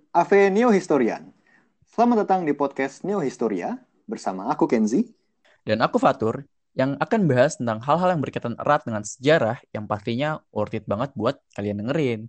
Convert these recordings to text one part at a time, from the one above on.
Ave Neo Historian. Selamat datang di podcast Neo Historia bersama aku Kenzi. Dan aku Fatur, yang akan bahas tentang hal-hal yang berkaitan erat dengan sejarah yang pastinya worth it banget buat kalian dengerin.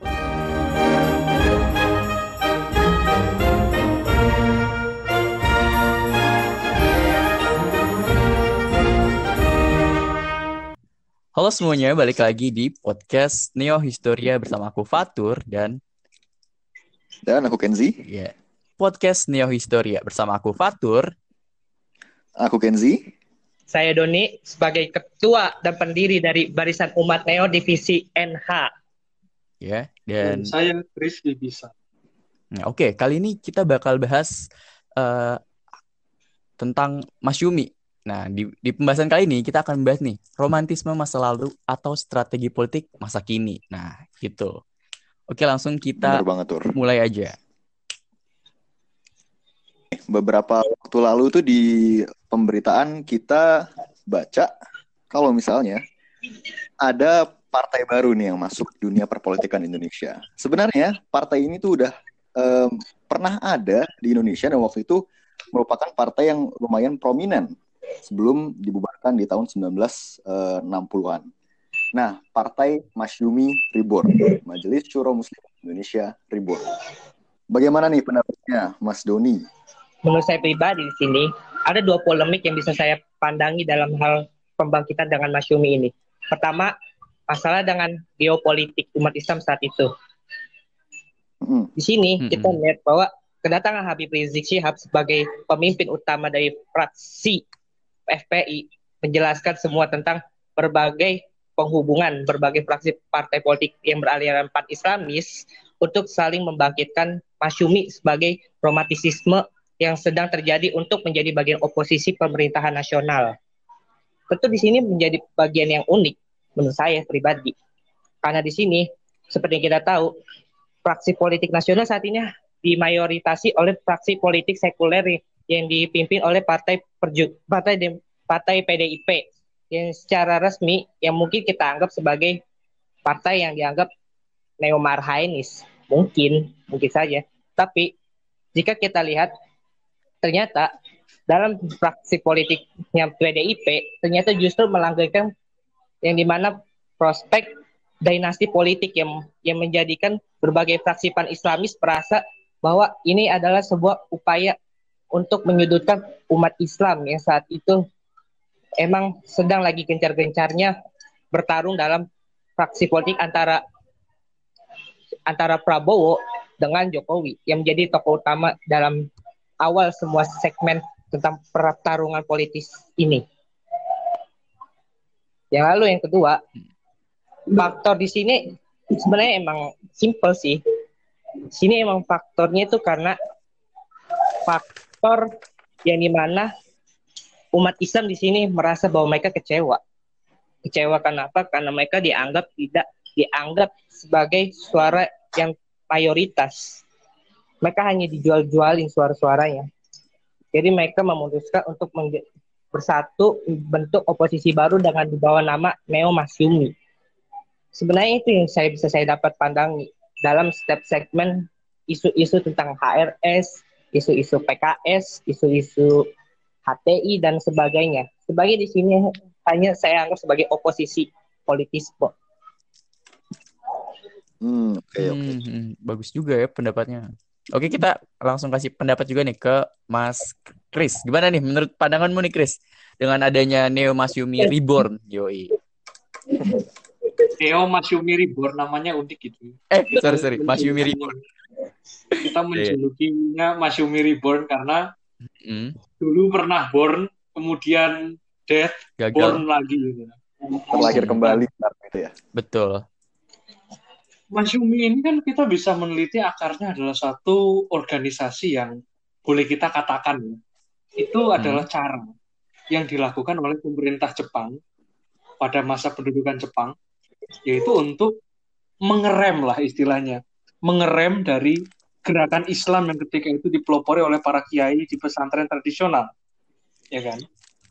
Halo semuanya, balik lagi di podcast Neo Historia bersama aku Fatur dan aku Kenzi. podcast Neo Historia bersama aku Fatur. Aku Kenzi. Saya Doni sebagai ketua dan pendiri dari Barisan Umat Neo Divisi NH. Dan saya Chris bisa. Nah, oke, kali ini kita bakal bahas tentang Masyumi. Nah, di pembahasan kali ini kita akan membahas nih romantisme masa lalu atau strategi politik masa kini. Nah, gitu. Oke, langsung kita mulai aja. Beberapa waktu lalu tuh di pemberitaan kita baca kalau misalnya ada partai baru nih yang masuk dunia perpolitikan Indonesia. Sebenarnya partai ini tuh udah pernah ada di Indonesia dan waktu itu merupakan partai yang lumayan prominent sebelum dibubarkan di tahun 1960-an. Nah, Partai Masyumi Reborn, Majelis Syuro Muslim Indonesia Reborn. Bagaimana nih pendapatnya, Mas Doni? Menurut saya pribadi di sini ada dua polemik yang bisa saya pandangi dalam hal pembangkitan dengan Masyumi ini. Pertama, masalah dengan geopolitik umat Islam saat itu. Di sini kita melihat bahwa kedatangan Habib Rizik Syihab sebagai pemimpin utama dari fraksi FPI menjelaskan semua tentang berbagai penghubungan berbagai fraksi partai politik yang beraliran pan-Islamis untuk saling membangkitkan Masyumi sebagai romantisisme yang sedang terjadi untuk menjadi bagian oposisi pemerintahan nasional. Tentu di sini menjadi bagian yang unik menurut saya pribadi. Karena di sini seperti yang kita tahu, fraksi politik nasional saat ini dimayoritasi oleh fraksi politik sekuler yang dipimpin oleh partai PDIP yang secara resmi yang mungkin kita anggap sebagai partai yang dianggap neo-marhainis. Mungkin saja. Tapi jika kita lihat ternyata dalam fraksi politiknya PDIP ternyata justru melanggengkan yang dimana prospek dinasti politik yang menjadikan berbagai fraksi pan-Islamis merasa bahwa ini adalah sebuah upaya untuk menyudutkan umat Islam yang saat itu emang sedang lagi gencar-gencarnya bertarung dalam fraksi politik antara Prabowo dengan Jokowi yang menjadi tokoh utama dalam awal semua segmen tentang pertarungan politis ini. Yang lalu yang kedua, faktor di sini sebenarnya emang simple sih. Sini emang faktornya itu karena faktor yang dimana umat Islam di sini merasa bahwa mereka kecewa. Kecewa kenapa? Karena mereka tidak dianggap sebagai suara yang mayoritas. Mereka hanya dijual-jualin suara-suaranya. Jadi mereka memutuskan untuk bersatu bentuk oposisi baru dengan dibawa nama Neo Masyumi. Sebenarnya itu yang bisa saya dapat pandangi dalam setiap segmen isu-isu tentang HRS, isu-isu PKS, isu-isu HTI dan sebagainya. Sebagai di sini hanya saya anggap sebagai oposisi politis. Bagus juga ya pendapatnya. Oke, kita langsung kasih pendapat juga nih ke Mas Chris. Gimana nih menurut pandanganmu nih Chris dengan adanya Neo Masyumi Reborn? Yoi. Neo Masyumi Reborn namanya unik gitu. Sorry, Masyumi Reborn. Kita menjulukinya Masyumi Reborn karena dulu pernah born, kemudian death, gagal. Born lagi gitu. Terlahir kembali gitu ya. Betul. Masyumi ini kan kita bisa meneliti akarnya adalah satu organisasi yang boleh kita katakan itu adalah cara yang dilakukan oleh pemerintah Jepang pada masa pendudukan Jepang, yaitu untuk mengerem lah istilahnya, mengerem dari gerakan Islam yang ketika itu dipelopori oleh para kiai di pesantren tradisional, ya kan?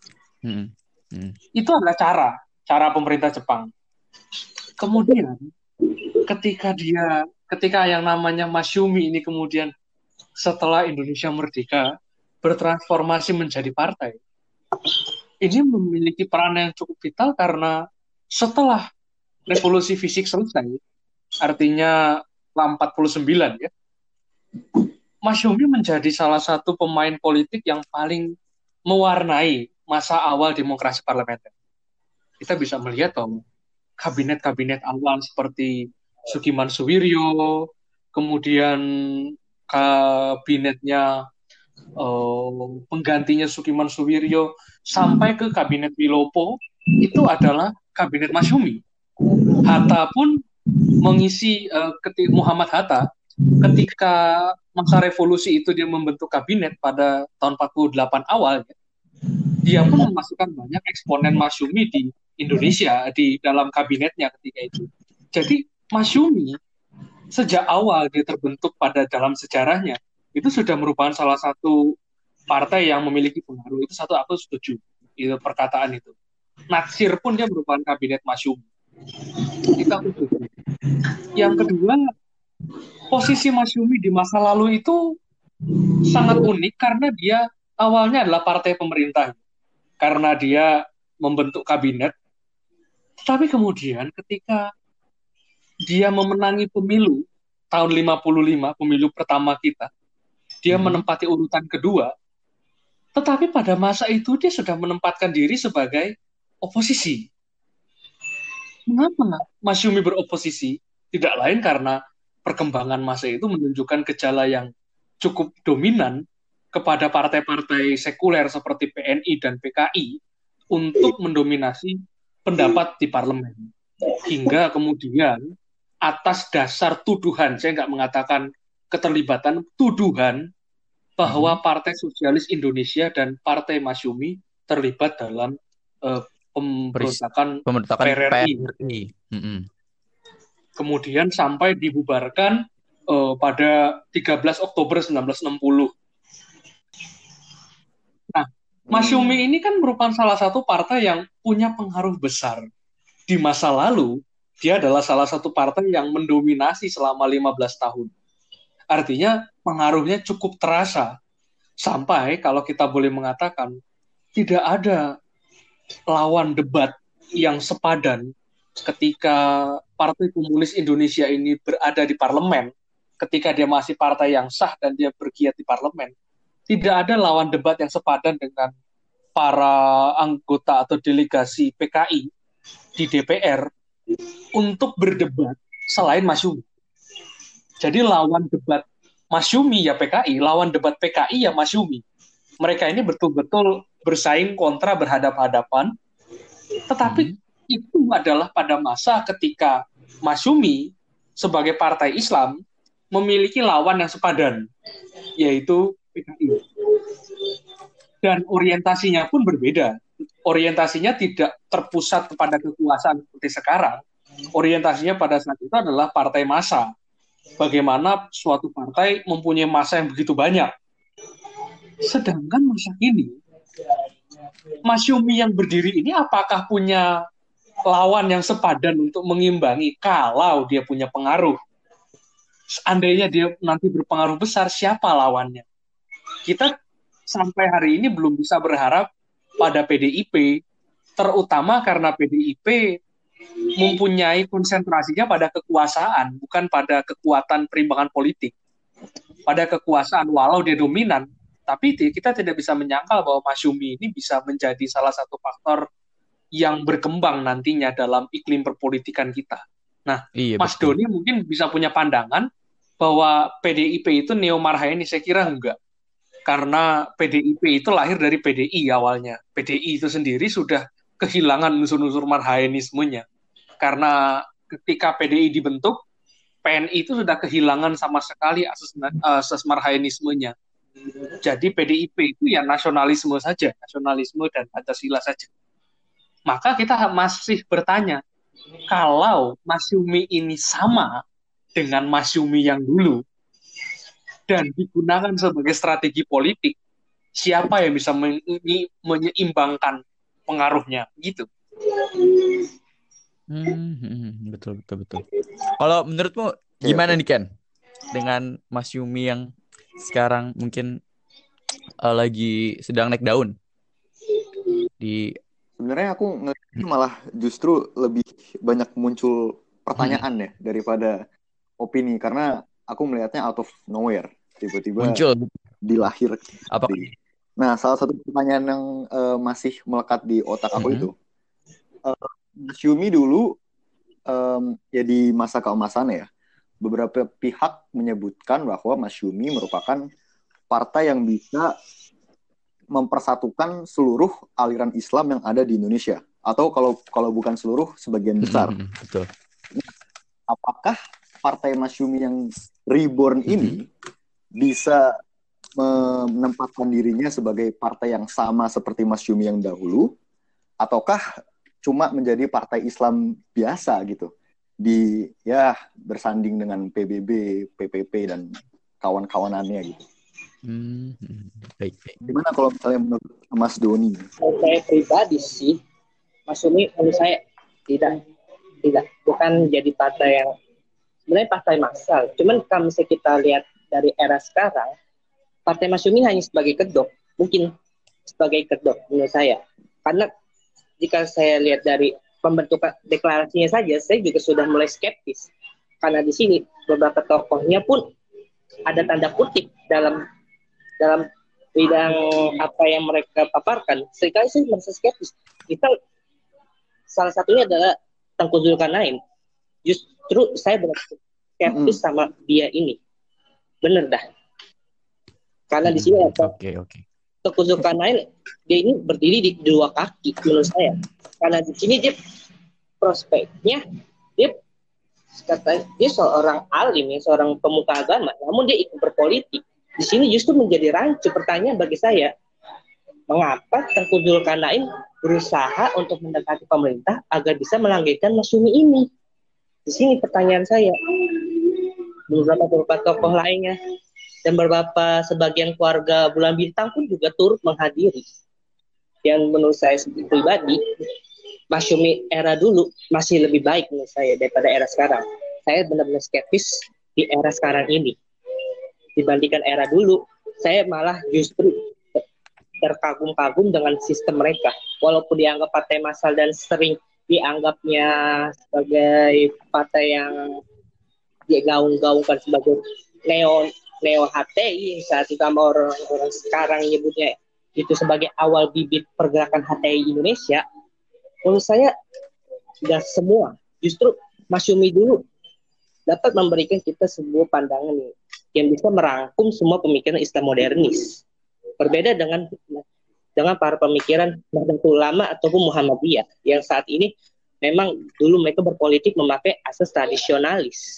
Itu adalah cara pemerintah Jepang. Kemudian ketika ketika yang namanya Masyumi ini kemudian setelah Indonesia merdeka bertransformasi menjadi partai, ini memiliki peran yang cukup vital karena setelah revolusi fisik selesai, artinya 49 ya, Masyumi menjadi salah satu pemain politik yang paling mewarnai masa awal demokrasi parlementer. Kita bisa melihat bahwa kabinet-kabinet awal seperti Sukiman Suwiryo, kemudian kabinetnya penggantinya Sukiman Suwiryo, sampai ke kabinet Wilopo, itu adalah kabinet Masyumi. Hatta pun mengisi Muhammad Hatta ketika masa revolusi itu dia membentuk kabinet pada tahun 48 awal, dia pun memasukkan banyak eksponen Masyumi di Indonesia di dalam kabinetnya ketika itu. Jadi Masyumi sejak awal dia terbentuk pada dalam sejarahnya itu sudah merupakan salah satu partai yang memiliki pengaruh. Itu satu aku setuju itu perkataan itu. Natsir pun dia merupakan kabinet Masyumi. Itu aku setuju. Yang kedua, posisi Masyumi di masa lalu itu sangat unik karena dia awalnya adalah partai pemerintah. Karena dia membentuk kabinet. Tapi kemudian ketika dia memenangi pemilu tahun 55, pemilu pertama kita, dia menempati urutan kedua, tetapi pada masa itu dia sudah menempatkan diri sebagai oposisi. Mengapa Masyumi beroposisi? Tidak lain karena perkembangan masa itu menunjukkan gejala yang cukup dominan kepada partai-partai sekuler seperti PNI dan PKI untuk mendominasi pendapat di parlemen. Hingga kemudian atas dasar tuduhan, saya nggak mengatakan keterlibatan, tuduhan bahwa Partai Sosialis Indonesia dan Partai Masyumi terlibat dalam pemberontakan PRRI. Kemudian sampai dibubarkan pada 13 Oktober 1960. Nah, Masyumi ini kan merupakan salah satu partai yang punya pengaruh besar. Di masa lalu, dia adalah salah satu partai yang mendominasi selama 15 tahun. Artinya pengaruhnya cukup terasa. Sampai kalau kita boleh mengatakan, tidak ada lawan debat yang sepadan ketika Partai Komunis Indonesia ini berada di parlemen, ketika dia masih partai yang sah dan dia bergiat di parlemen, tidak ada lawan debat yang sepadan dengan para anggota atau delegasi PKI di DPR untuk berdebat selain Masyumi. Jadi lawan debat Masyumi ya PKI, lawan debat PKI ya Masyumi. Mereka ini betul-betul bersaing kontra berhadap-hadapan, tetapi itu adalah pada masa ketika Masyumi sebagai partai Islam memiliki lawan yang sepadan, yaitu PKI. Dan orientasinya pun berbeda. Orientasinya tidak terpusat kepada kekuasaan seperti sekarang. Orientasinya pada saat itu adalah partai massa. Bagaimana suatu partai mempunyai massa yang begitu banyak. Sedangkan masa kini, Masyumi yang berdiri ini apakah punya lawan yang sepadan untuk mengimbangi kalau dia punya pengaruh? Seandainya dia nanti berpengaruh besar, siapa lawannya? Kita sampai hari ini belum bisa berharap pada PDIP, terutama karena PDIP mempunyai konsentrasinya pada kekuasaan, bukan pada kekuatan perimbangan politik. Pada kekuasaan, walau dia dominan, tapi kita tidak bisa menyangkal bahwa Masyumi ini bisa menjadi salah satu faktor yang berkembang nantinya dalam iklim perpolitikan kita. Nah, iya, Mas betul. Doni mungkin bisa punya pandangan bahwa PDIP itu neo-marhaeni, saya kira enggak. Karena PDIP itu lahir dari PDI awalnya. PDI itu sendiri sudah kehilangan unsur-unsur marhaenismenya. Karena ketika PDI dibentuk, PNI itu sudah kehilangan sama sekali asas marhaenismenya. Jadi PDIP itu ya nasionalisme saja, nasionalisme dan Pancasila saja. Maka kita masih bertanya, kalau Masyumi ini sama dengan Masyumi yang dulu dan digunakan sebagai strategi politik, siapa yang bisa menyeimbangkan pengaruhnya gitu? Betul. Kalau menurutmu Gimana nih Ken dengan Mas Yumi yang sekarang mungkin lagi sedang naik daun di Sebenarnya aku ngeliatnya malah justru lebih banyak muncul pertanyaan ya daripada opini, karena aku melihatnya out of nowhere, tiba-tiba muncul. dilahirkan. Apakah Nah, salah satu pertanyaan yang masih melekat di otak aku itu, Mas Yumi dulu ya di masa keemasannya ya, beberapa pihak menyebutkan bahwa Mas Yumi merupakan partai yang bisa mempersatukan seluruh aliran Islam yang ada di Indonesia, atau kalau bukan seluruh, sebagian besar. betul. Apakah partai Mas Yumi yang reborn ini bisa menempatkan dirinya sebagai partai yang sama seperti Mas Yumi yang dahulu, ataukah cuma menjadi partai Islam biasa gitu, di ya bersanding dengan PBB, PPP dan kawan-kawanannya gitu. Baik. Gimana kalau misalnya menurut Mas Doni? Kalau saya pribadi sih, Mas Umi menurut saya tidak bukan jadi partai yang sebenarnya partai massal. Cuman kalau misalnya kita lihat dari era sekarang, partai Mas Umi hanya sebagai kedok, mungkin sebagai kedok menurut saya. Karena jika saya lihat dari pembentukan deklarasinya saja, saya juga sudah mulai skeptis. Karena di sini beberapa tokohnya pun ada tanda kutip dalam bidang apa yang mereka paparkan. Seringkali saya merasa skeptis. Kita salah satunya adalah Tengku Zulkarnain. Justru saya benar skeptis sama dia ini. Bener dah. Karena di sini Tengku Zulkarnain dia ini berdiri di dua kaki menurut saya. Karena di sini dia prospeknya dia katanya dia seorang alim, seorang pemuka agama, namun dia ikut berpolitik. Di sini justru menjadi rancu. Pertanyaan bagi saya, mengapa Tengku Zulkarnain berusaha untuk mendekati pemerintah agar bisa melanggengkan Mas Yumi ini? Di sini pertanyaan saya. Beberapa tokoh lainnya dan beberapa sebagian keluarga Bulan Bintang pun juga turut menghadiri. Yang menurut saya pribadi, Mas Yumi era dulu masih lebih baik menurut saya daripada era sekarang. Saya benar-benar skeptis di era sekarang ini. Dibandingkan era dulu, saya malah justru terkagum-kagum dengan sistem mereka. Walaupun dianggap partai massal dan sering dianggapnya sebagai partai yang digaung-gaungkan sebagai neo HTI, saat itu orang sekarang nyebutnya itu sebagai awal bibit pergerakan HTI Indonesia. Menurut saya tidak semua. Justru Mas Yumi dulu dapat memberikan kita sebuah pandangan yang bisa merangkum semua pemikiran Islam modernis. Berbeda dengan para pemikiran Nahdlatul Ulama ataupun Muhammadiyah yang saat ini memang dulu mereka berpolitik memakai asas tradisionalis.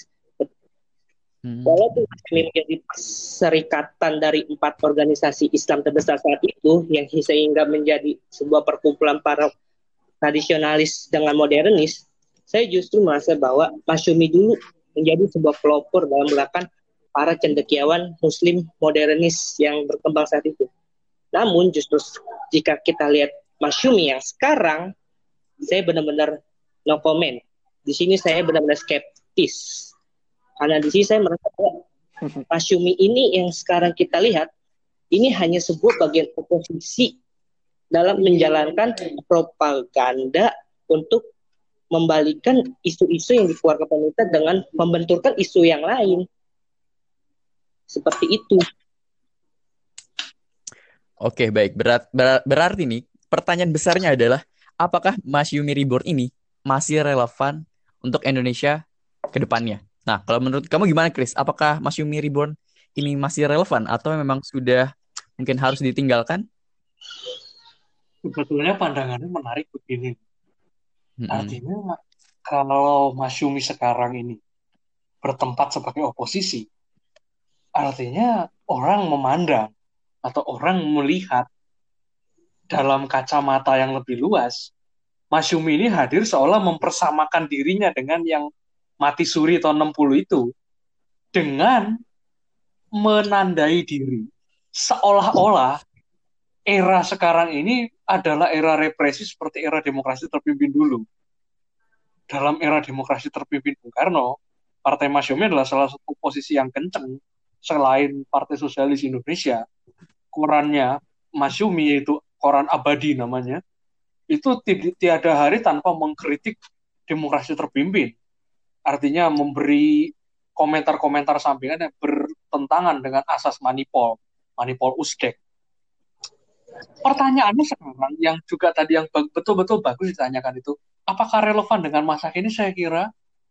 Walaupun kami menjadi serikatan dari 4 organisasi Islam terbesar saat itu, yang sehingga menjadi sebuah perkumpulan para tradisionalis dengan modernis, saya justru merasa bahwa Mas Yumi dulu menjadi sebuah pelopor dalam gerakan para cendekiawan Muslim modernis yang berkembang saat itu. Namun justru jika kita lihat Mas Yumi yang sekarang, saya benar-benar no comment. Di sini saya benar-benar skeptis. Karena di sini saya merasa bahwa Mas Yumi ini yang sekarang kita lihat, ini hanya sebuah bagian oposisi dalam menjalankan propaganda untuk membalikan isu-isu yang dikeluarkan pemerintah dengan membenturkan isu yang lain. Seperti itu. Oke, baik. Berarti nih, pertanyaan besarnya adalah, apakah Mas Yumi Reborn ini masih relevan untuk Indonesia ke depannya? Nah, kalau menurut kamu gimana, Chris? Apakah Mas Yumi Reborn ini masih relevan atau memang sudah mungkin harus ditinggalkan? Sebetulnya pandangannya menarik begini. Artinya, kalau Mas Yumi sekarang ini bertempat sebagai oposisi, artinya orang memandang atau orang melihat dalam kacamata yang lebih luas, Mas Yumi ini hadir seolah mempersamakan dirinya dengan yang mati suri tahun 60 itu, dengan menandai diri seolah-olah era sekarang ini adalah era represi seperti era demokrasi terpimpin dulu. Dalam era demokrasi terpimpin Bung Karno, Partai Masyumi adalah salah satu posisi yang kenceng selain Partai Sosialis Indonesia. Korannya Masyumi, yaitu koran abadi namanya, itu tiada hari tanpa mengkritik demokrasi terpimpin. Artinya memberi komentar-komentar sampingan yang bertentangan dengan asas manipol Usdek. Pertanyaannya sekarang yang juga tadi yang betul-betul bagus ditanyakan itu, apakah relevan dengan masa kini? Saya kira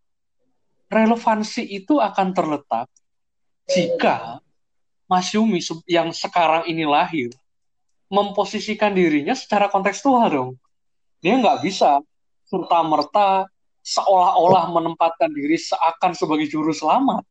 relevansi itu akan terletak jika Masyumi yang sekarang ini lahir memposisikan dirinya secara kontekstual dong. Dia nggak bisa serta-merta seolah-olah menempatkan diri seakan sebagai juru selamat.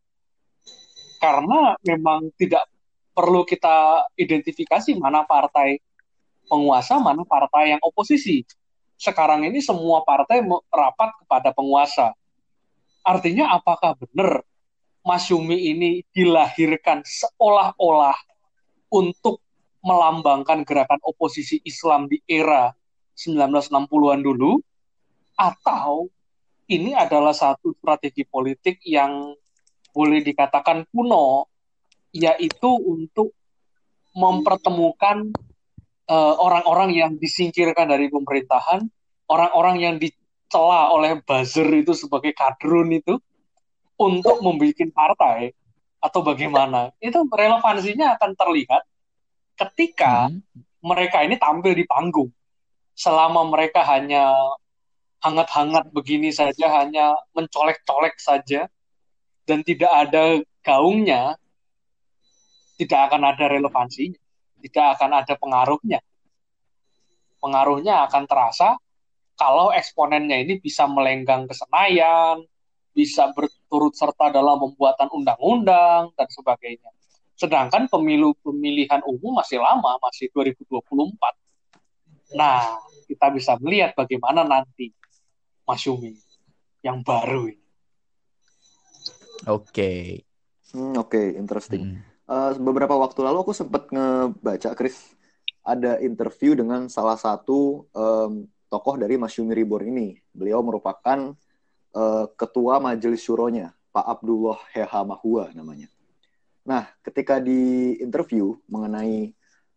Karena memang tidak perlu kita identifikasi mana partai penguasa, mana partai yang oposisi. Sekarang ini semua partai rapat kepada penguasa. Artinya apakah benar Masyumi ini dilahirkan seolah-olah untuk melambangkan gerakan oposisi Islam di era 1960-an dulu, atau ini adalah satu strategi politik yang boleh dikatakan kuno, yaitu untuk mempertemukan orang-orang yang disingkirkan dari pemerintahan, orang-orang yang dicela oleh buzzer itu sebagai kadrun itu, untuk membuat partai, atau bagaimana. Itu relevansinya akan terlihat ketika mereka ini tampil di panggung. Selama mereka hanya hangat-hangat begini saja, hanya mencolek-colek saja, dan tidak ada gaungnya, tidak akan ada relevansinya, tidak akan ada pengaruhnya. Pengaruhnya akan terasa kalau eksponennya ini bisa melenggang ke Senayan, bisa berturut serta dalam pembuatan undang-undang, dan sebagainya. Sedangkan pemilihan umum masih lama, masih 2024. Nah, kita bisa melihat bagaimana nanti Masyumi yang baru ini. Oke. Oke, interesting. Beberapa waktu lalu aku sempat ngebaca, Chris, ada interview dengan salah satu tokoh dari Masyumi Reborn ini. Beliau merupakan ketua majelis syuronya, Pak Abdullah Heha Mahua namanya. Nah, ketika di interview mengenai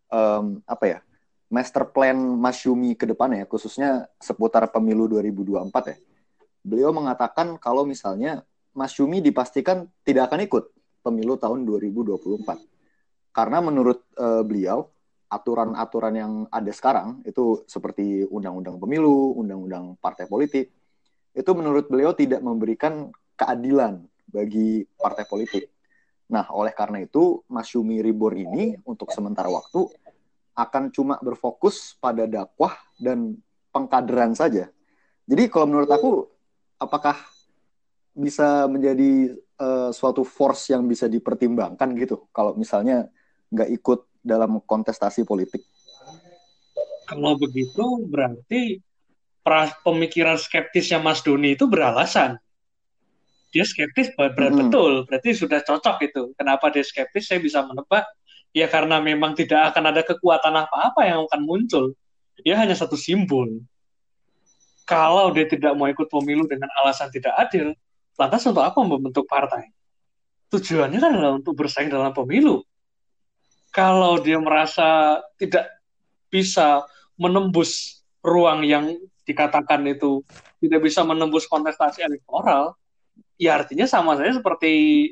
master plan Masyumi ke depannya, khususnya seputar pemilu 2024 ya, beliau mengatakan kalau misalnya Masyumi dipastikan tidak akan ikut pemilu tahun 2024. Karena menurut beliau, aturan-aturan yang ada sekarang, itu seperti undang-undang pemilu, undang-undang partai politik, itu menurut beliau tidak memberikan keadilan bagi partai politik. Nah, oleh karena itu, Masyumi Reborn ini untuk sementara waktu akan cuma berfokus pada dakwah dan pengkaderan saja. Jadi kalau menurut aku, apakah bisa menjadi suatu force yang bisa dipertimbangkan gitu, kalau misalnya nggak ikut dalam kontestasi politik? Kalau begitu, berarti pemikiran skeptisnya Mas Doni itu beralasan. Dia skeptis betul, berarti sudah cocok itu. Kenapa dia skeptis? Saya bisa menebak. Ya karena memang tidak akan ada kekuatan apa-apa yang akan muncul. Dia hanya satu simbol. Kalau dia tidak mau ikut pemilu dengan alasan tidak adil, lantas untuk apa membentuk partai? Tujuannya kan adalah untuk bersaing dalam pemilu. Kalau dia merasa tidak bisa menembus ruang yang dikatakan itu tidak bisa menembus kontestasi elektoral, ya artinya sama saja seperti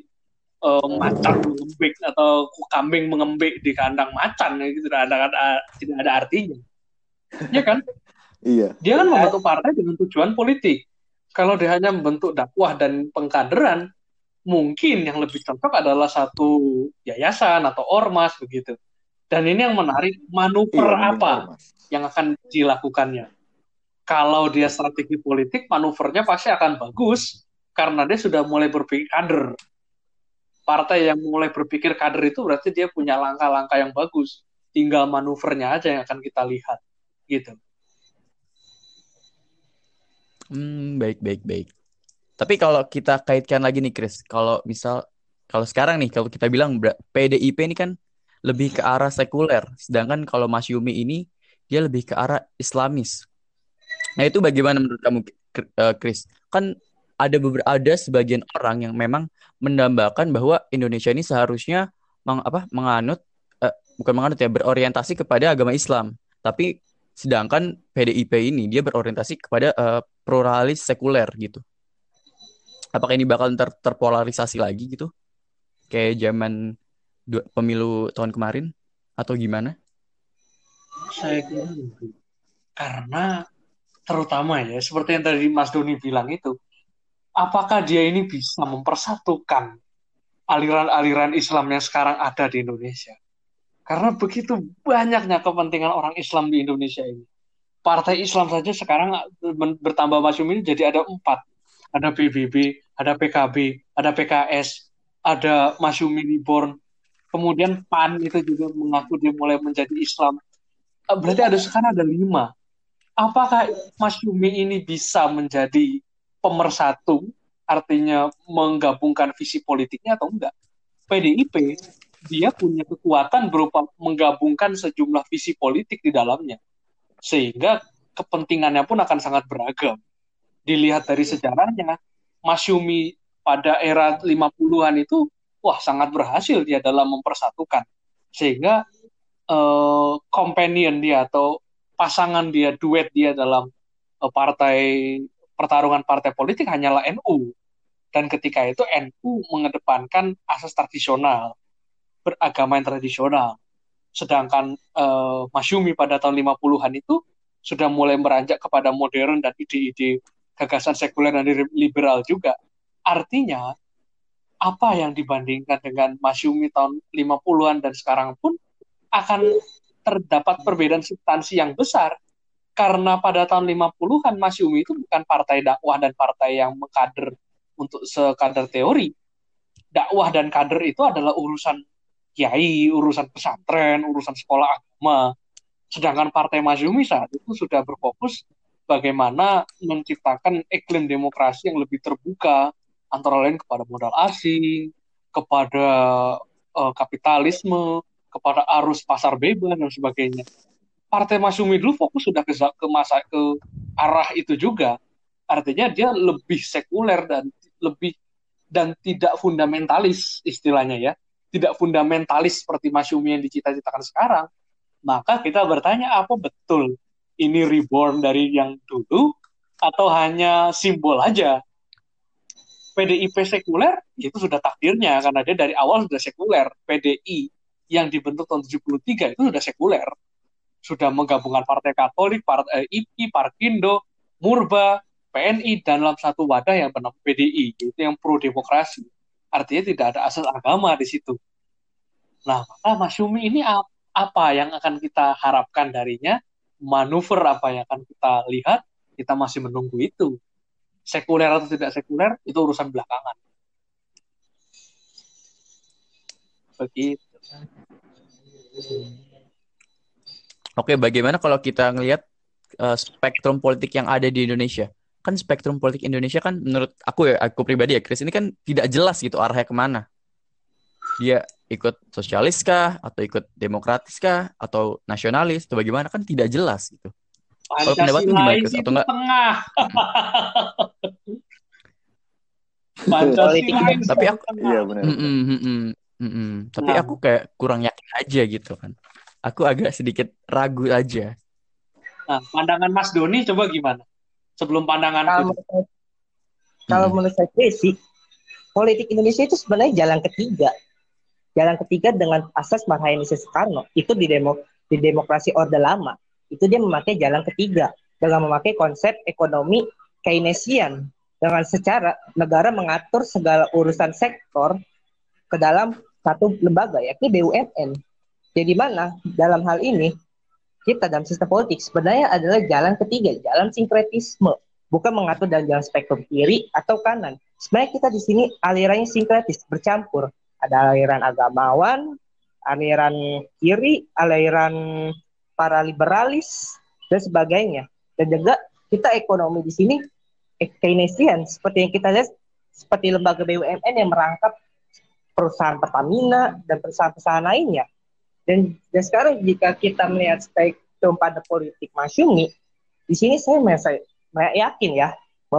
macan mengembik atau kambing mengembik di kandang macan, itu tidak ada artinya, ya kan? Iya. Dia kan membentuk partai dengan tujuan politik. Kalau dia hanya membentuk dakwah dan pengkaderan, mungkin yang lebih cocok adalah satu yayasan atau ormas begitu. Dan ini yang menarik, manuver apa yang akan dilakukannya. Kalau dia strategi politik, manuvernya pasti akan bagus, karena dia sudah mulai berpikir kader. Partai yang mulai berpikir kader itu berarti dia punya langkah-langkah yang bagus. Tinggal manuvernya aja yang akan kita lihat. Gitu. Baik. Tapi kalau kita kaitkan lagi nih, Chris, kalau sekarang nih, kalau kita bilang PDIP ini kan lebih ke arah sekuler, sedangkan kalau Masyumi ini dia lebih ke arah Islamis. Nah, itu bagaimana menurut kamu, Chris? Kan ada sebagian orang yang memang mendambakan bahwa Indonesia ini seharusnya menganut bukan menganut ya, berorientasi kepada agama Islam. Tapi sedangkan PDIP ini dia berorientasi kepada pluralis sekuler gitu. Apakah ini bakal terpolarisasi lagi gitu? Kayak zaman pemilu tahun kemarin atau gimana? Saya kira gitu. Karena terutama ya, seperti yang tadi Mas Doni bilang itu, apakah dia ini bisa mempersatukan aliran-aliran Islam yang sekarang ada di Indonesia? Karena begitu banyaknya kepentingan orang Islam di Indonesia ini. Partai Islam saja sekarang bertambah Mas ini jadi ada 4. Ada PBB, ada PKB, ada PKS, ada Mas Yumi Reborn. Kemudian PAN itu juga mengaku dia mulai menjadi Islam. Berarti sekarang ada 5. Apakah Mas Yumi ini bisa menjadi pemersatu, artinya menggabungkan visi politiknya atau enggak? PDIP, dia punya kekuatan berupa menggabungkan sejumlah visi politik di dalamnya. Sehingga kepentingannya pun akan sangat beragam. Dilihat dari sejarahnya, Mas Yumi pada era 50-an itu, sangat berhasil dia dalam mempersatukan. Sehingga companion dia atau pasangan dia, duet dia dalam pertarungan partai politik hanyalah NU. Dan ketika itu NU mengedepankan asas tradisional, beragama yang tradisional. Sedangkan Mas Yumi pada tahun 50-an itu sudah mulai beranjak kepada modern dan ide-ide gagasan sekuler dan liberal juga. Artinya, apa yang dibandingkan dengan Mas Yumi tahun 50-an dan sekarang pun akan terdapat perbedaan substansi yang besar. Karena pada tahun 50-an Mas Yumi itu bukan partai dakwah dan partai yang mengkader untuk sekadar teori. Dakwah dan kader itu adalah urusan kiai, urusan pesantren, urusan sekolah agama. Sedangkan Partai Mas Yumi saat itu sudah berfokus bagaimana menciptakan iklim demokrasi yang lebih terbuka, antara lain kepada modal asing, kepada kapitalisme, kepada arus pasar bebas dan sebagainya. Partai Mas Yumi dulu fokus sudah ke arah itu juga. Artinya dia lebih sekuler dan tidak fundamentalis istilahnya ya. Tidak fundamentalis seperti Mas Yumi yang dicita-citakan sekarang. Maka kita bertanya, apa betul ini reborn dari yang dulu atau hanya simbol aja? PDIP sekuler itu sudah takdirnya karena dia dari awal sudah sekuler. PDI yang dibentuk tahun 73 itu sudah sekuler. Sudah menggabungkan Partai Katolik, Partai IPI, Parkindo, Murba, PNI dan dalam satu wadah yang bernama PDI, itu yang pro demokrasi. Artinya tidak ada asas agama di situ. Nah, maka Mas Yumi ini apa yang akan kita harapkan darinya? Manuver apa yang akan kita lihat? Kita masih menunggu itu. Sekuler atau tidak sekuler, itu urusan belakangan. Begitu. Oke, bagaimana kalau kita ngelihat spektrum politik yang ada di Indonesia? Kan spektrum politik Indonesia kan menurut aku pribadi ya, Chris, ini kan tidak jelas gitu arahnya kemana. Dia ikut sosialis kah, atau ikut demokratis kah, atau nasionalis, atau bagaimana, kan tidak jelas gitu. Kalau pendapatmu gimana, Chris? Atau enggak? Tengah. Tapi aku, iya benar. Tapi aku kayak kurang yakin aja gitu kan. Aku agak sedikit ragu aja. Nah, pandangan Mas Doni coba gimana? Sebelum pandangan kalau menurut saya sih, politik Indonesia itu sebenarnya jalan ketiga. Jalan ketiga dengan asas Marhaeni Soekarno itu di demokrasi Orde Lama. Itu dia memakai jalan ketiga dengan memakai konsep ekonomi Keynesian, dengan secara negara mengatur segala urusan sektor ke dalam satu lembaga, yakni BUMN. Jadi mana dalam hal ini kita dalam sistem politik sebenarnya adalah jalan ketiga, jalan sinkretisme, bukan mengatur dalam jalan spektrum kiri atau kanan. Sebenarnya kita di sini alirannya sinkretis, bercampur. Ada aliran agamawan, aliran kiri, aliran para liberalis dan sebagainya. Dan juga kita ekonomi di sini Keynesian, seperti yang kita lihat, seperti lembaga BUMN yang merangkap perusahaan Pertamina dan perusahaan-perusahaan lainnya. Dan sekarang jika kita melihat spektrum pada politik Mas Yumi, di sini saya yakin ya bahwa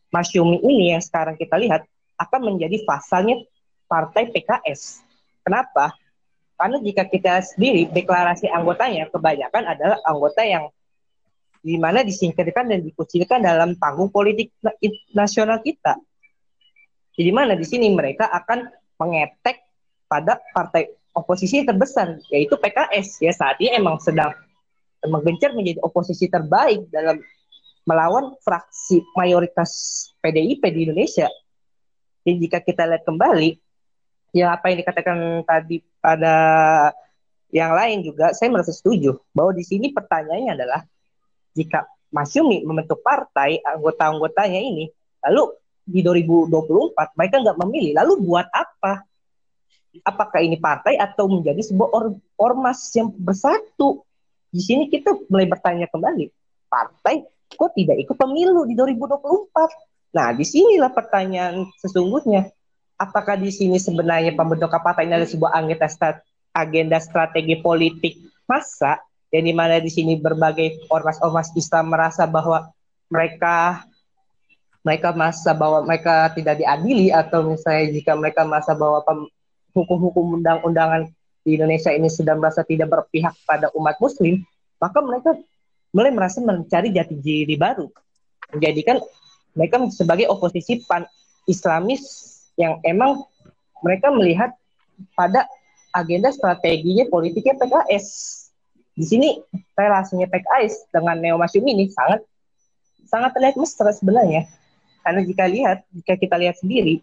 Masyumi ini yang sekarang kita lihat akan menjadi fasalnya partai PKS. Kenapa? Karena jika kita sendiri deklarasi anggotanya kebanyakan adalah anggota yang di mana disingkirkan dan dikucilkan dalam panggung politik nasional kita. Jadi mana di sini mereka akan mengetek pada partai oposisi yang terbesar, yaitu PKS. Ya saat ini emang sedang menggencar menjadi oposisi terbaik dalam melawan fraksi mayoritas PDIP di Indonesia. Jadi jika kita lihat kembali, ya apa yang dikatakan tadi pada yang lain juga, saya merasa setuju bahwa di sini pertanyaannya adalah jika Masyumi membentuk partai anggota-anggotanya ini, lalu di 2024 mereka nggak memilih, lalu buat apa? Apakah ini partai atau menjadi sebuah ormas yang bersatu? Di sini kita mulai bertanya kembali, partai kok tidak ikut pemilu di 2024? Nah, disinilah pertanyaan sesungguhnya. Apakah di sini sebenarnya pembentukan partai ini adalah sebuah agenda strategi politik massa, yang dimana di sini berbagai ormas-ormas Islam merasa bahwa mereka merasa bahwa mereka tidak diadili, atau misalnya jika mereka merasa bahwa hukum-hukum undang-undangan di Indonesia ini sudah merasa tidak berpihak pada umat muslim, maka mereka mulai merasa mencari jati diri baru, menjadikan mereka sebagai oposisi pan-islamis yang emang mereka melihat pada agenda strateginya politiknya PKS. Di sini relasinya PKS dengan Neo Masyumi ini sangat terlihat mesra sebenarnya. Karena jika kita lihat sendiri,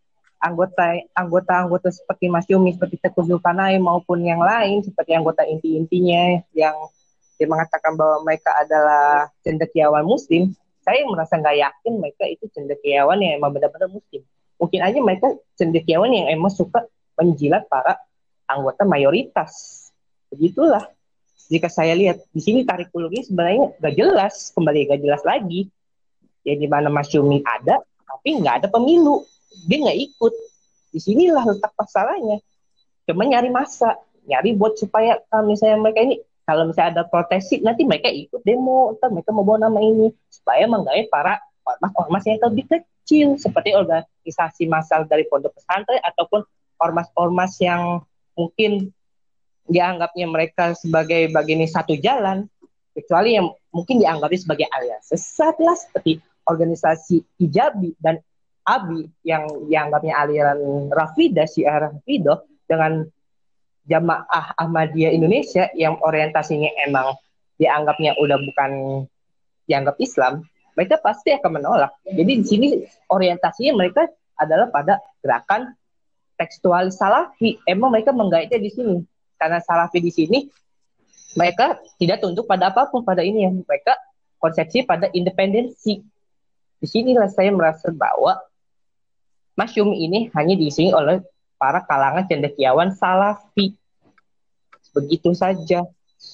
anggota seperti Masyumi, seperti Teguh Zulkarnain maupun yang lain seperti anggota inti-intinya yang mengatakan bahwa mereka adalah cendekiawan muslim, saya merasa nggak yakin mereka itu cendekiawan yang emang benar-benar muslim. Mungkin aja mereka cendekiawan yang emang suka menjilat para anggota mayoritas. Begitulah. Jika saya lihat di sini tarik ulurnya sebenarnya gak jelas lagi. Ya di mana Masyumi ada, tapi nggak ada pemilu, dia nggak ikut. Disinilah letak masalahnya. Cuma nyari masa, nyari buat supaya kalau misalnya mereka ini, kalau misalnya ada protes nanti mereka ikut demo, ntar mereka mau bawa nama ini supaya menggait para ormas-ormas yang lebih kecil seperti organisasi massal dari pondok pesantren ataupun ormas-ormas yang mungkin dianggapnya mereka sebagai bagian satu jalan, kecuali yang mungkin dianggapnya sebagai alias sesat lah, seperti organisasi Hijabi dan ABI yang dianggapnya aliran Rafidah, Syiah Rafidah, dengan Jamaah Ahmadiyah Indonesia yang orientasinya emang dianggapnya udah bukan dianggap Islam, mereka pasti akan menolak. Jadi di sini orientasinya mereka adalah pada gerakan tekstualis Salafi. Emang mereka menggaitnya di sini. Karena Salafi di sini mereka tidak tunduk pada apapun, pada ini yang mereka konsepsi pada independensi. Di sinilah saya merasa bahwa Masyumi ini hanya diisi oleh para kalangan cendekiawan Salafi. Begitu saja.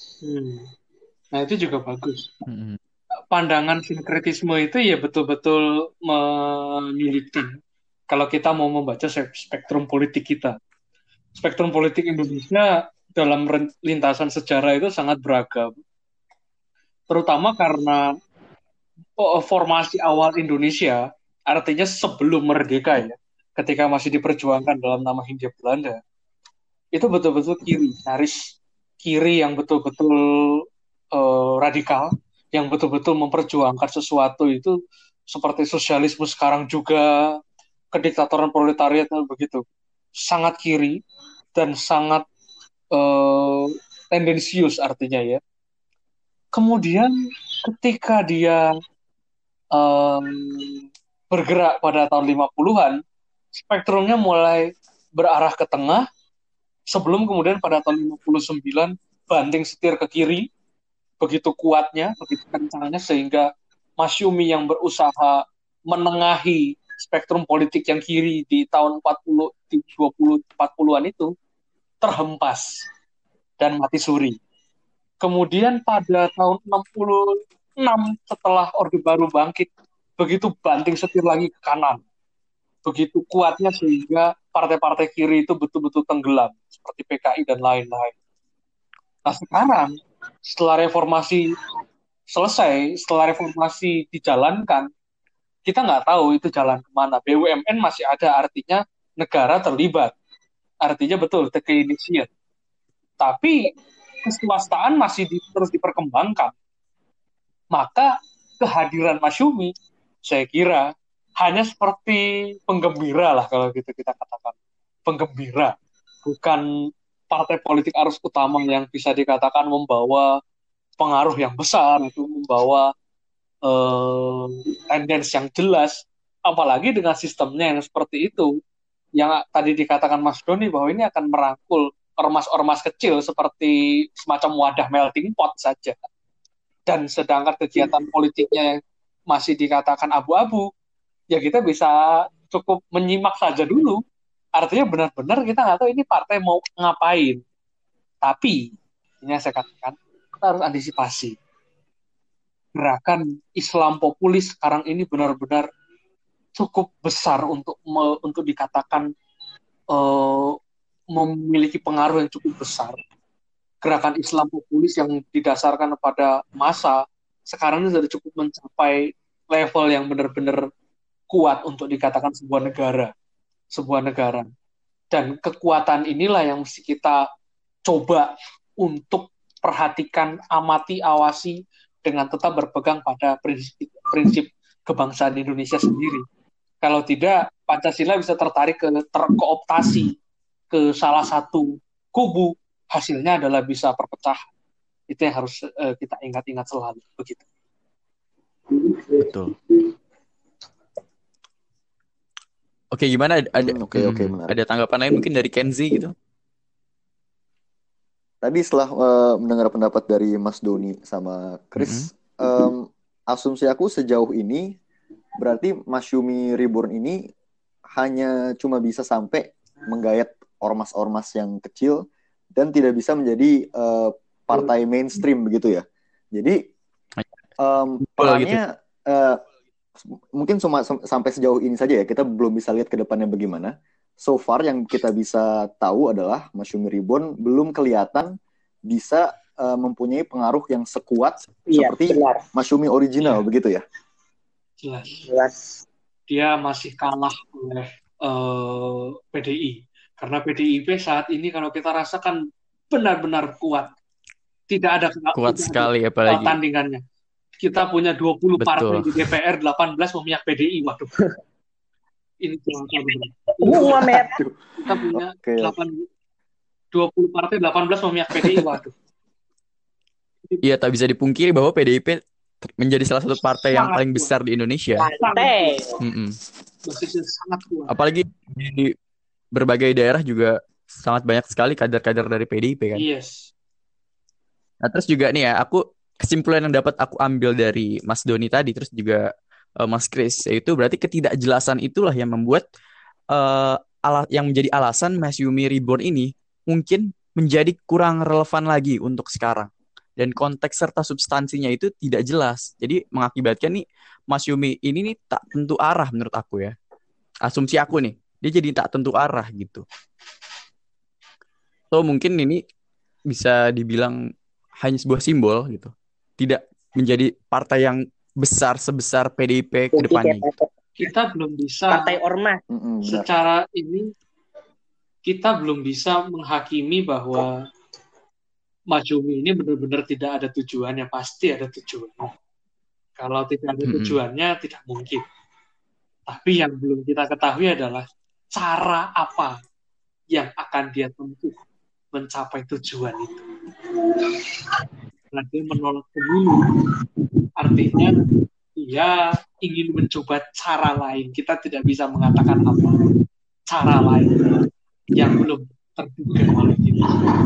Nah itu juga bagus. Pandangan sinkretisme itu ya betul-betul menyulitkan kalau kita mau membaca spektrum politik kita. Spektrum politik Indonesia dalam lintasan sejarah itu sangat beragam. Terutama karena formasi awal Indonesia, artinya sebelum merdeka ya, ketika masih diperjuangkan dalam nama Hindia Belanda, itu betul-betul kiri, garis kiri yang betul-betul radikal, yang betul-betul memperjuangkan sesuatu itu seperti sosialisme sekarang juga, kediktatoran proletariat begitu, sangat kiri dan sangat tendensius artinya ya. Kemudian ketika dia bergerak pada tahun 50-an, spektrumnya mulai berarah ke tengah, sebelum kemudian pada tahun 59 banting setir ke kiri, begitu kuatnya, begitu kencangnya, sehingga Masyumi yang berusaha menengahi spektrum politik yang kiri di tahun 40-an itu terhempas dan mati suri. Kemudian pada tahun 66 setelah Orde Baru bangkit, begitu banting setir lagi ke kanan. Begitu kuatnya sehingga partai-partai kiri itu betul-betul tenggelam, seperti PKI dan lain-lain. Nah sekarang, setelah reformasi selesai, setelah reformasi dijalankan, kita nggak tahu itu jalan kemana. BUMN masih ada, artinya negara terlibat. Artinya betul, take initiate. Tapi keswastaan masih terus diperkembangkan. Maka kehadiran Masyumi, saya kira, hanya seperti penggembira lah kalau gitu kita katakan. Penggembira. Bukan partai politik arus utama yang bisa dikatakan membawa pengaruh yang besar, itu membawa tendensi yang jelas, apalagi dengan sistemnya yang seperti itu, yang tadi dikatakan Mas Doni bahwa ini akan merangkul ormas-ormas kecil seperti semacam wadah melting pot saja. Dan sedangkan kegiatan politiknya yang masih dikatakan abu-abu, ya kita bisa cukup menyimak saja dulu. Artinya benar-benar kita nggak tahu ini partai mau ngapain. Tapi, ini yang saya katakan, kita harus antisipasi. Gerakan Islam populis sekarang ini benar-benar cukup besar untuk dikatakan memiliki pengaruh yang cukup besar. Gerakan Islam populis yang didasarkan pada massa sekarang ini sudah cukup mencapai level yang benar-benar kuat untuk dikatakan sebuah negara. Dan kekuatan inilah yang mesti kita coba untuk perhatikan, amati, awasi dengan tetap berpegang pada prinsip kebangsaan Indonesia sendiri. Kalau tidak, Pancasila bisa terkooptasi ke salah satu kubu, hasilnya adalah bisa perpecahan. Itu yang harus kita ingat-ingat selalu, begitu. Betul. Oke, gimana? Ada tanggapan lain mungkin dari Kenzi gitu? Tadi setelah mendengar pendapat dari Mas Doni sama Chris, asumsi aku sejauh ini berarti Masyumi Reborn ini hanya cuma bisa sampai menggayat ormas-ormas yang kecil dan tidak bisa menjadi partai mainstream begitu ya. Jadi perannya mungkin cuma sampai sejauh ini saja ya. Kita belum bisa lihat ke depannya bagaimana. So far yang kita bisa tahu adalah Masyumi Reborn belum kelihatan bisa mempunyai pengaruh yang sekuat seperti Masyumi original begitu ya. Jelas. Dia masih kalah oleh PDI. Karena PDIP saat ini kalau kita rasakan benar-benar kuat. Tidak ada kuat sekali apalagi tandingannya. Kita punya 20 partai di DPR, 18 memihak PDI. Waduh. Ini kita punya 20 partai, 18 memihak PDI. Waduh. Iya, tak bisa dipungkiri bahwa PDIP menjadi salah satu partai yang paling besar di Indonesia. Sangat kuat. Apalagi di berbagai daerah juga sangat banyak sekali kader-kader dari PDIP kan. Yes. Nah, terus juga nih ya, kesimpulan yang dapat aku ambil dari Mas Doni tadi, terus juga Mas Chris, yaitu berarti ketidakjelasan itulah yang membuat yang menjadi alasan Masyumi Reborn ini mungkin menjadi kurang relevan lagi untuk sekarang. Dan konteks serta substansinya itu tidak jelas. Jadi mengakibatkan nih Masyumi ini nih tak tentu arah menurut aku ya. Asumsi aku nih, dia jadi tak tentu arah gitu. So mungkin ini bisa dibilang hanya sebuah simbol gitu. Tidak menjadi partai yang besar sebesar PDIP ke depannya. Kita belum bisa partai ormas. Secara ini kita belum bisa menghakimi bahwa Masyumi ini benar-benar tidak ada tujuannya. Pasti ada tujuannya. Kalau tidak ada tujuannya tidak mungkin. Tapi yang belum kita ketahui adalah cara apa yang akan dia tempuh mencapai tujuan itu. Karena dia menolak pemilu, artinya dia ingin mencoba cara lain. Kita tidak bisa mengatakan apa cara lain yang belum terduga oleh kita.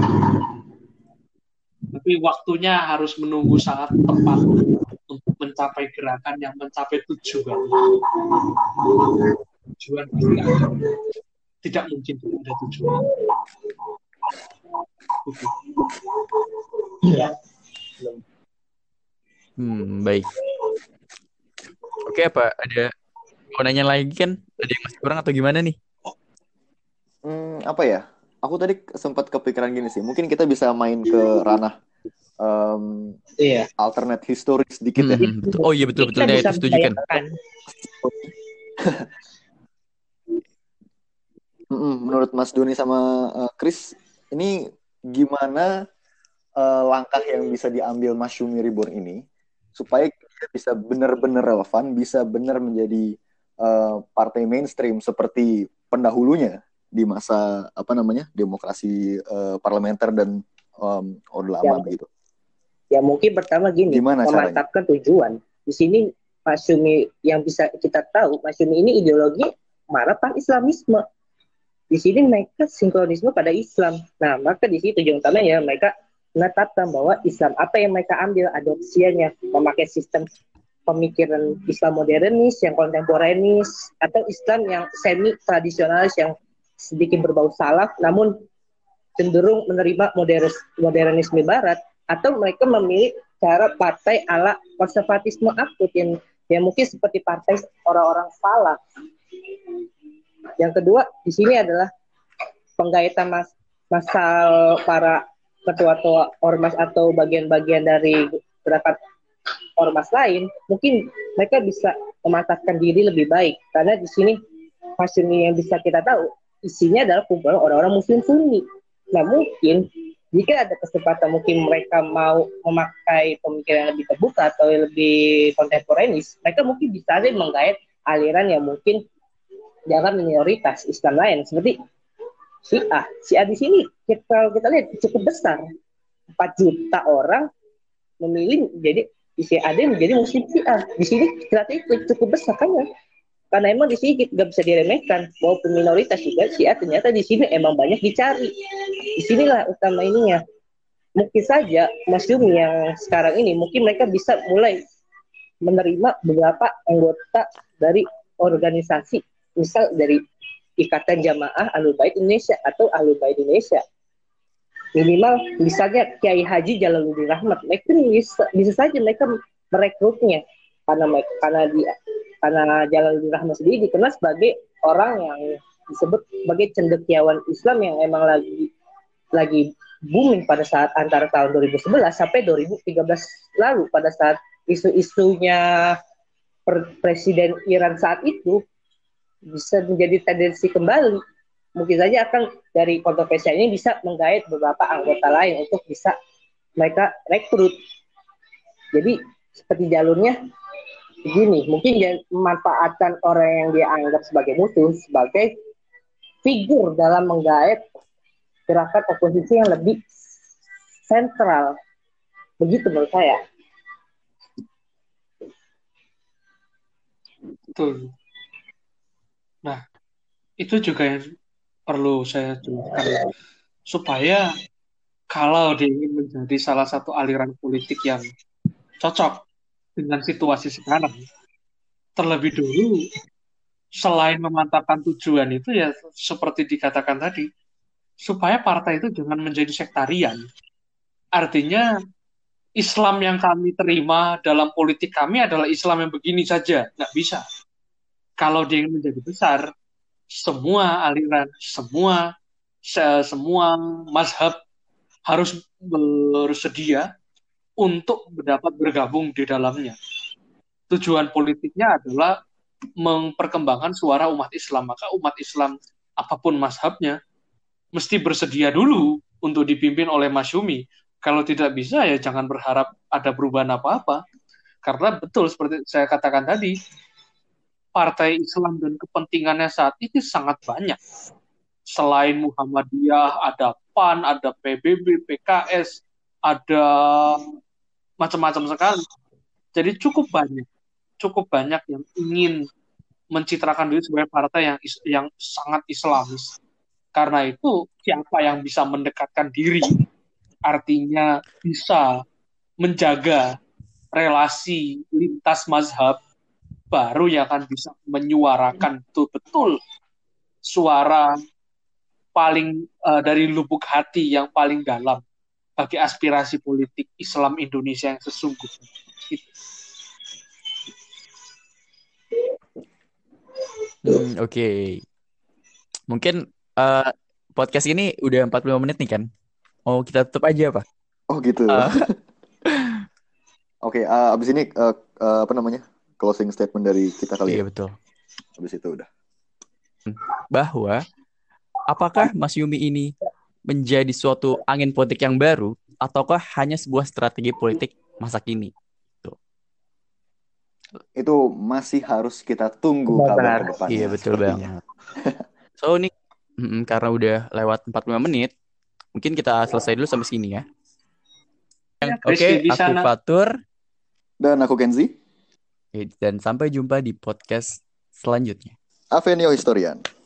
Tapi waktunya harus menunggu sangat tepat untuk mencapai gerakan yang mencapai tujuan. Tujuan pasti ada. Tidak mungkin tidak ada tujuan. Ya. Baik. Oke, apa ada mau nanya lagi kan? Ada yang masih kurang atau gimana nih? Apa ya? Aku tadi sempat kepikiran gini sih. Mungkin kita bisa main ke ranah Iya. alternate historis sedikit ya. Betul. Oh iya betul Kita ya, bisa itu setuju kan. membayangkan. Menurut Mas Doni sama Chris, ini gimana langkah yang bisa diambil Masyumi Reborn ini supaya dia bisa benar-benar relevan, bisa benar menjadi partai mainstream seperti pendahulunya di masa demokrasi parlementer dan Orde Lama begitu. Ya mungkin pertama gini, Gimana memantapkan tujuan. Di sini Masyumi yang bisa kita tahu, Masyumi ini ideologi marah pan Islamisme. Di sini mereka sinkronisme pada Islam. Nah, maka di sini tujuan utamanya mereka menetapkan bahwa Islam apa yang mereka ambil adopsinya, memakai sistem pemikiran Islam modernis, yang kontemporenis, atau Islam yang semi tradisionalis yang sedikit berbau salaf, namun cenderung menerima modernisme Barat, atau mereka memilih cara partai ala konservatisme akut yang mungkin seperti partai orang-orang salaf. Yang kedua di sini adalah penggaitan masal para ketua-ketua ormas atau bagian-bagian dari gerakan ormas lain, mungkin mereka bisa mematahkan diri lebih baik, karena di sini Masyumi yang bisa kita tahu isinya adalah kumpulan orang-orang Muslim Sunni. Nah mungkin jika ada kesempatan mungkin mereka mau memakai pemikiran yang lebih terbuka atau lebih kontemporenis, mereka mungkin bisa menggait aliran yang mungkin jangan minoritas Islam lain seperti Syiah. Syiah di sini kita lihat cukup besar, 4 juta orang memilih jadi Syiah menjadi Muslim Syiah. Di sini ternyata itu cukup besar kan ya? Karena emang di sini nggak bisa diremehkan walaupun minoritas juga Syiah ternyata di sini emang banyak dicari. Di sinilah utama ininya. Mungkin saja Masyumi yang sekarang ini mungkin mereka bisa mulai menerima beberapa anggota dari organisasi, misal dari Ikatan Jamaah Ahlul Bait Indonesia atau Ahlul Bait Indonesia. Minimal misalnya Kiai Haji Jalaluddin Rahmat, mereka bisa saja mereka merekrutnya karena Jalaluddin Rahmat sendiri dikenal sebagai orang yang disebut sebagai cendekiawan Islam yang emang lagi booming pada saat antara tahun 2011 sampai 2013 lalu, pada saat isu-isunya Presiden Iran saat itu bisa menjadi tendensi kembali. Mungkin saja akan dari kontroversi ini bisa menggait beberapa anggota lain untuk bisa mereka rekrut. Jadi seperti jalurnya begini, mungkin memanfaatkan orang yang dia anggap sebagai musuh sebagai figur dalam menggait gerakan oposisi yang lebih sentral. Begitu menurut saya. Betul. Nah, itu juga yang perlu saya jelaskan supaya kalau dia ingin menjadi salah satu aliran politik yang cocok dengan situasi sekarang, terlebih dulu selain memantapkan tujuan itu ya seperti dikatakan tadi, supaya partai itu jangan menjadi sektarian. Artinya Islam yang kami terima dalam politik kami adalah Islam yang begini saja, nggak bisa. Kalau dia ingin menjadi besar, semua aliran, semua mazhab harus bersedia untuk dapat bergabung di dalamnya. Tujuan politiknya adalah memperkembangkan suara umat Islam. Maka umat Islam apapun mazhabnya mesti bersedia dulu untuk dipimpin oleh Masyumi. Kalau tidak bisa ya jangan berharap ada perubahan apa-apa. Karena betul seperti saya katakan tadi, partai Islam dan kepentingannya saat ini sangat banyak. Selain Muhammadiyah, ada PAN, ada PBB, PKS, ada macam-macam sekali. Jadi cukup banyak yang ingin mencitrakan diri sebagai partai yang sangat Islamis. Karena itu, siapa yang bisa mendekatkan diri, artinya bisa menjaga relasi lintas mazhab, baru yang akan bisa menyuarakan betul-betul suara paling dari lubuk hati yang paling dalam bagi aspirasi politik Islam Indonesia yang sesungguhnya. Oke. Mungkin podcast ini udah 45 menit nih kan. Mau kita tutup aja apa? Oh gitu. Oke, abis ini apa namanya? Closing statement dari kita kali Iya ya. betul. Abis itu udah. Bahwa apakah Mas Yumi ini menjadi suatu angin politik yang baru ataukah hanya sebuah strategi politik masa kini? Tuh. Itu masih harus kita tunggu kabar Benar. ke depannya. Iya betul sepertinya. banget. So ini karena udah lewat 45 menit, mungkin kita selesai dulu sampai sini ya. Rizky Oke, di aku sana. Fatur Dan aku Kenzi, dan sampai jumpa di podcast selanjutnya. Avenio Historian.